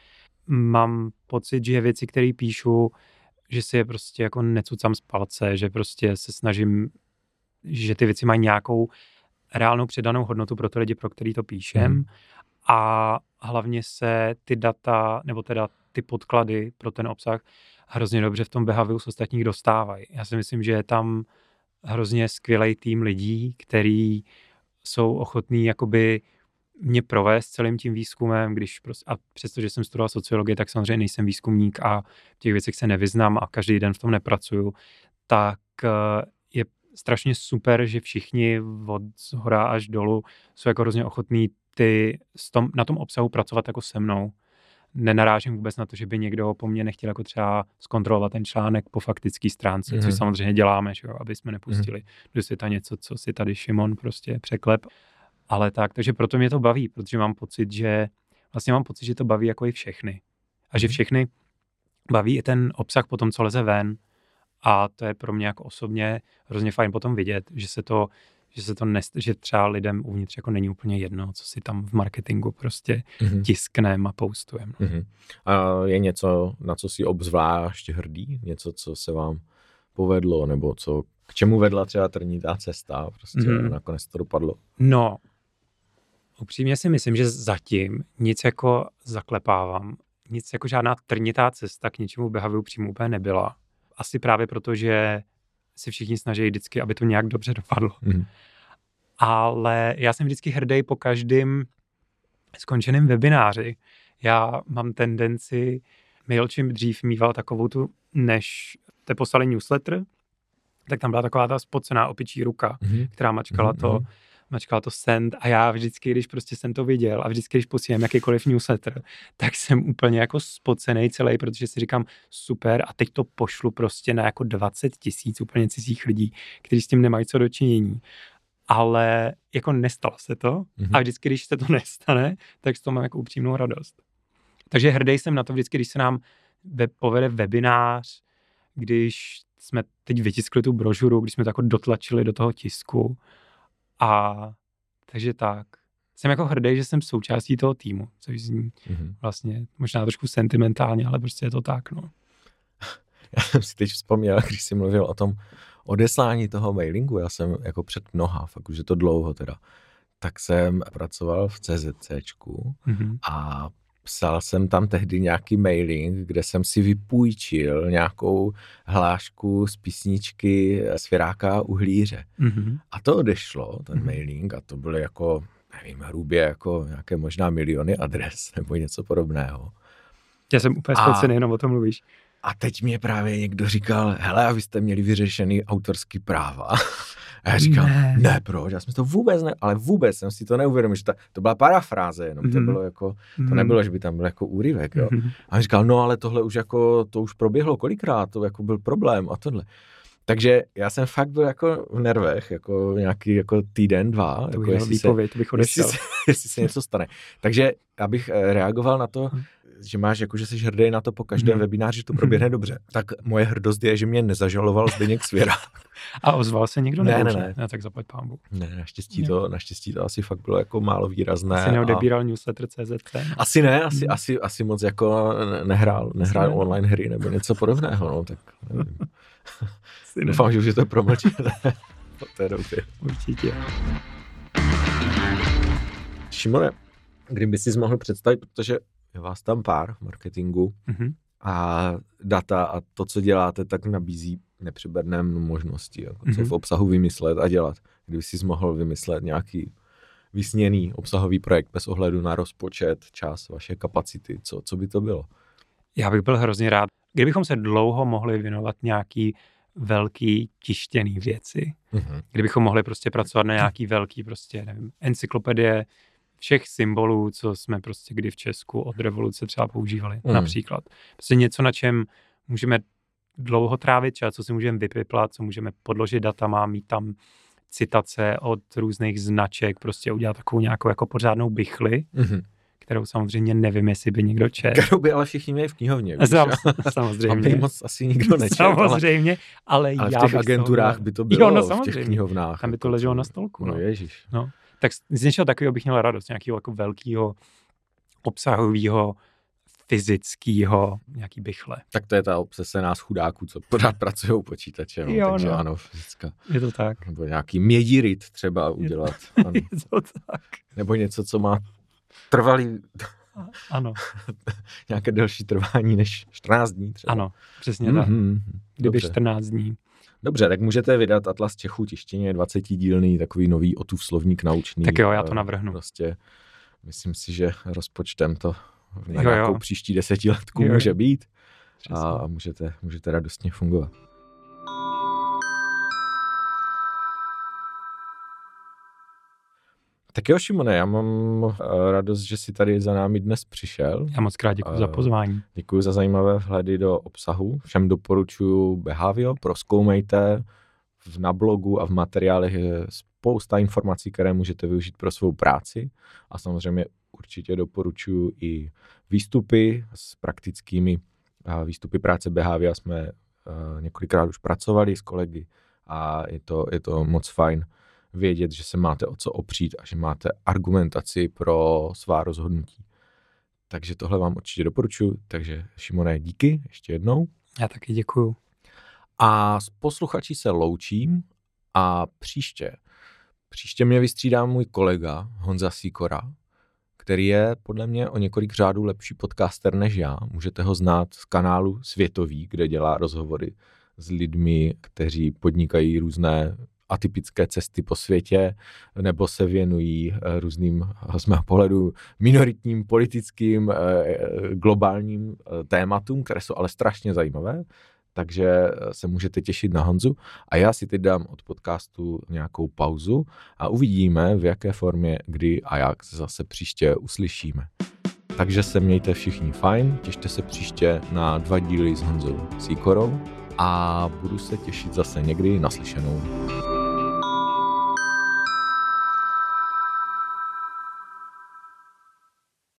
Mám pocit, že věci, které píšu, že si je prostě jako necucám z palce, že prostě se snažím, že ty věci mají nějakou reálnou přidanou hodnotu pro ty lidi, pro který to píšem mm. a hlavně se ty data, nebo teda ty podklady pro ten obsah hrozně dobře v tom Behaviu z ostatních dostávají. Já si myslím, že je tam hrozně skvělý tým lidí, který jsou ochotní jakoby mě provést celým tím výzkumem, když prostě, a přestože jsem studoval sociologii, tak samozřejmě nejsem výzkumník a v těch věcech se nevyznám a každý den v tom nepracuju, tak je strašně super, že všichni od zhora až dolů jsou jako hrozně ochotní ty tom, na tom obsahu pracovat jako se mnou. Nenarážím vůbec na to, že by někdo po mně nechtěl jako třeba zkontrolovat ten článek po faktický stránce, mm-hmm. což samozřejmě děláme, že jo, aby jsme nepustili mm-hmm. do světa něco, co si tady Šimon prostě překlep. Ale tak, takže proto mě to baví, protože mám pocit, že vlastně mám pocit, že to baví jako i všechny. A že všechny baví i ten obsah potom, co leze ven. A to je pro mě jako osobně hrozně fajn potom vidět, že se to, že se to nest, že třeba lidem uvnitř jako není úplně jedno, co si tam v marketingu prostě mm-hmm. tiskneme a postujeme.
Mm-hmm. A je něco, na co si obzvlášť hrdý? Něco, co se vám povedlo, nebo co, k čemu vedla třeba trnitá cesta? Prostě mm-hmm. nakonec to dopadlo.
No, upřímně si myslím, že zatím nic jako zaklepávám, nic jako žádná trnitá cesta k něčemu Behaviu přímo úplně nebyla. Asi právě proto, že si všichni snaží vždycky, aby to nějak dobře dopadlo. Mm. Ale já jsem vždycky hrdý po každém skončeném webináři. Já mám tendenci, MailChimp dřív mýval takovou tu, než te poslali newsletter, tak tam byla taková ta spocená opičí ruka, mm. která mačkala mm. to mačkala to send a já vždycky, když prostě jsem to viděl a vždycky, když posílám jakýkoliv newsletter, tak jsem úplně jako spocenej celý, protože si říkám super a teď to pošlu prostě na jako dvacet tisíc úplně cizích lidí, kteří s tím nemají co dočinění. Ale jako nestalo se to mm-hmm. a vždycky, když se to nestane, tak z toho mám jako upřímnou radost. Takže hrdý jsem na to vždycky, když se nám web, povede webinář, když jsme teď vytiskli tu brožuru, když jsme to jako dotlačili do toho tisku. A takže tak, jsem jako hrdý, že jsem součástí toho týmu, což zní mm-hmm. vlastně možná trošku sentimentálně, ale prostě je to tak, no.
Já jsem si teď vzpomněl, když jsi mluvil o tom odeslání toho mailingu, já jsem jako před mnoha, fakt už je to dlouho teda, tak jsem pracoval v CZCčku mm-hmm. a psal jsem tam tehdy nějaký mailing, kde jsem si vypůjčil nějakou hlášku z písničky Svěráka Uhlíře. Mm-hmm. A to odešlo, ten mm-hmm. mailing, a to byly jako, nevím, hrubě jako nějaké možná miliony adres nebo něco podobného.
Já jsem úplně spocený, jenom o tom mluvíš.
A teď mě právě někdo říkal, hele, a vy jste měli vyřešený autorský práva. A já říkal, ne, ne proč, já jsem to vůbec ne, ale vůbec jsem si to neuvědomil, že ta, to byla parafráze, jenom mm-hmm. to bylo jako, to nebylo, že by tam byl jako úryvek, jo. Mm-hmm. A on říkal, no ale tohle už jako, to už proběhlo kolikrát, to jako byl problém a tohle. Takže já jsem fakt byl jako v nervech, jako nějaký jako týden, dva.
To
jako
jestli, výpověď,
se,
bych odešel.
Jestli, se, jestli se něco stane. Takže abych reagoval na to, hmm. že máš jako, že jsi hrdý na to po každém hmm. webináři, že to proběhne hmm. dobře. Tak moje hrdost je, že mě nezažaloval Zdeněk Svěrák.
A ozval se někdo?
Ne,
nebo
ne, ne.
ne. Tak zaplať pánbu.
Ne, naštěstí to, naštěstí to asi fakt bylo jako málo výrazné.
Asi neodebíral a... newsletter C Z C?
Asi ne, asi, hmm. asi, asi moc jako nehrál, nehrál ne. online hry nebo něco podobného, no, tak nevím. Doufám, že už je to promlčené po té době.
Určitě.
Šimone, kdyby jsi mohl představit, protože je vás tam pár v marketingu mm-hmm. a data a to, co děláte, tak nabízí nepřeberné možnosti, jako mm-hmm. co v obsahu vymyslet a dělat. Kdyby jsi mohl vymyslet nějaký vysněný obsahový projekt bez ohledu na rozpočet, čas, vaše kapacity, co, co by to bylo?
Já bych byl hrozně rád, kdybychom se dlouho mohli věnovat nějaký velký tištěný věci. Mm-hmm. Kdybychom mohli prostě pracovat na nějaký velký prostě, nevím, encyklopedie všech symbolů, co jsme prostě kdy v Česku od revoluce třeba používali, mm. například. Prostě něco, na čem můžeme dlouho trávit čas, co si můžeme vypiplat, co můžeme podložit datama, mít tam citace od různých značek, prostě udělat takovou nějakou jako pořádnou bichli, mm-hmm. kterou samozřejmě nevím, jestli by někdo četl.
Kterou by ale všichni měli v knihovně.
Sam, samozřejmě.
Aby moc asi nikdo nečetl.
Samozřejmě, ale, ale
ale
já
v těch agenturách
toho...
by to bylo,
jo, no,
v těch knihovnách.
Tam by to leželo na stolku.
No,
no.
ježiš.
No. Tak z něčeho takového bych měl radost, nějakého jako velkého obsahového, fyzického, nějaký bichle.
Tak to je ta obsese nás chudáků, co pořád pracují počítačem. No,
jo,
takže
no.
ano, fyzická.
Je to tak.
Nebo nějaký mědirit třeba udělat.
Je to, je to tak.
Nebo něco, co má trvalý...
Ano.
Nějaké delší trvání než čtrnáct dní třeba.
Ano, přesně tak. Mm-hmm. Kdyby Dobře. čtrnáct dní.
Dobře, tak můžete vydat Atlas Čechů tištěně dvacetidílný, takový nový Otův slovník naučný.
Tak jo, já to navrhnu.
Prostě myslím si, že rozpočtem to na jo, nějakou jo. příští desetiletku jo, může být Přesně. a můžete, můžete radostně fungovat. Tak jo, Šimone, já mám radost, že jsi tady za námi dnes přišel.
Já moc krát děkuji za pozvání.
Děkuji za zajímavé vhledy do obsahu. Všem doporučuji Behavio, prozkoumejte. Na blogu a v materiálech je spousta informací, které můžete využít pro svou práci. A samozřejmě určitě doporučuji i výstupy s praktickými výstupy práce Behavia. Jsme několikrát už pracovali s kolegy a je to, je to moc fajn vědět, že se máte o co opřít a že máte argumentaci pro svá rozhodnutí. Takže tohle vám určitě doporučuji. Takže Šimone, díky ještě jednou.
Já taky děkuju.
A s posluchači se loučím a příště, příště mě vystřídá můj kolega Honza Sikora, který je podle mě o několik řádů lepší podcaster než já. Můžete ho znát z kanálu Světový, kde dělá rozhovory s lidmi, kteří podnikají různé atypické cesty po světě, nebo se věnují různým, z mého pohledu, minoritním politickým globálním tématům, které jsou ale strašně zajímavé. Takže se můžete těšit na Honzu a já si teď dám od podcastu nějakou pauzu a uvidíme, v jaké formě, kdy a jak zase příště uslyšíme. Takže se mějte všichni fajn, těšte se příště na dva díly s Honzou Sikorou a budu se těšit zase někdy naslyšenou.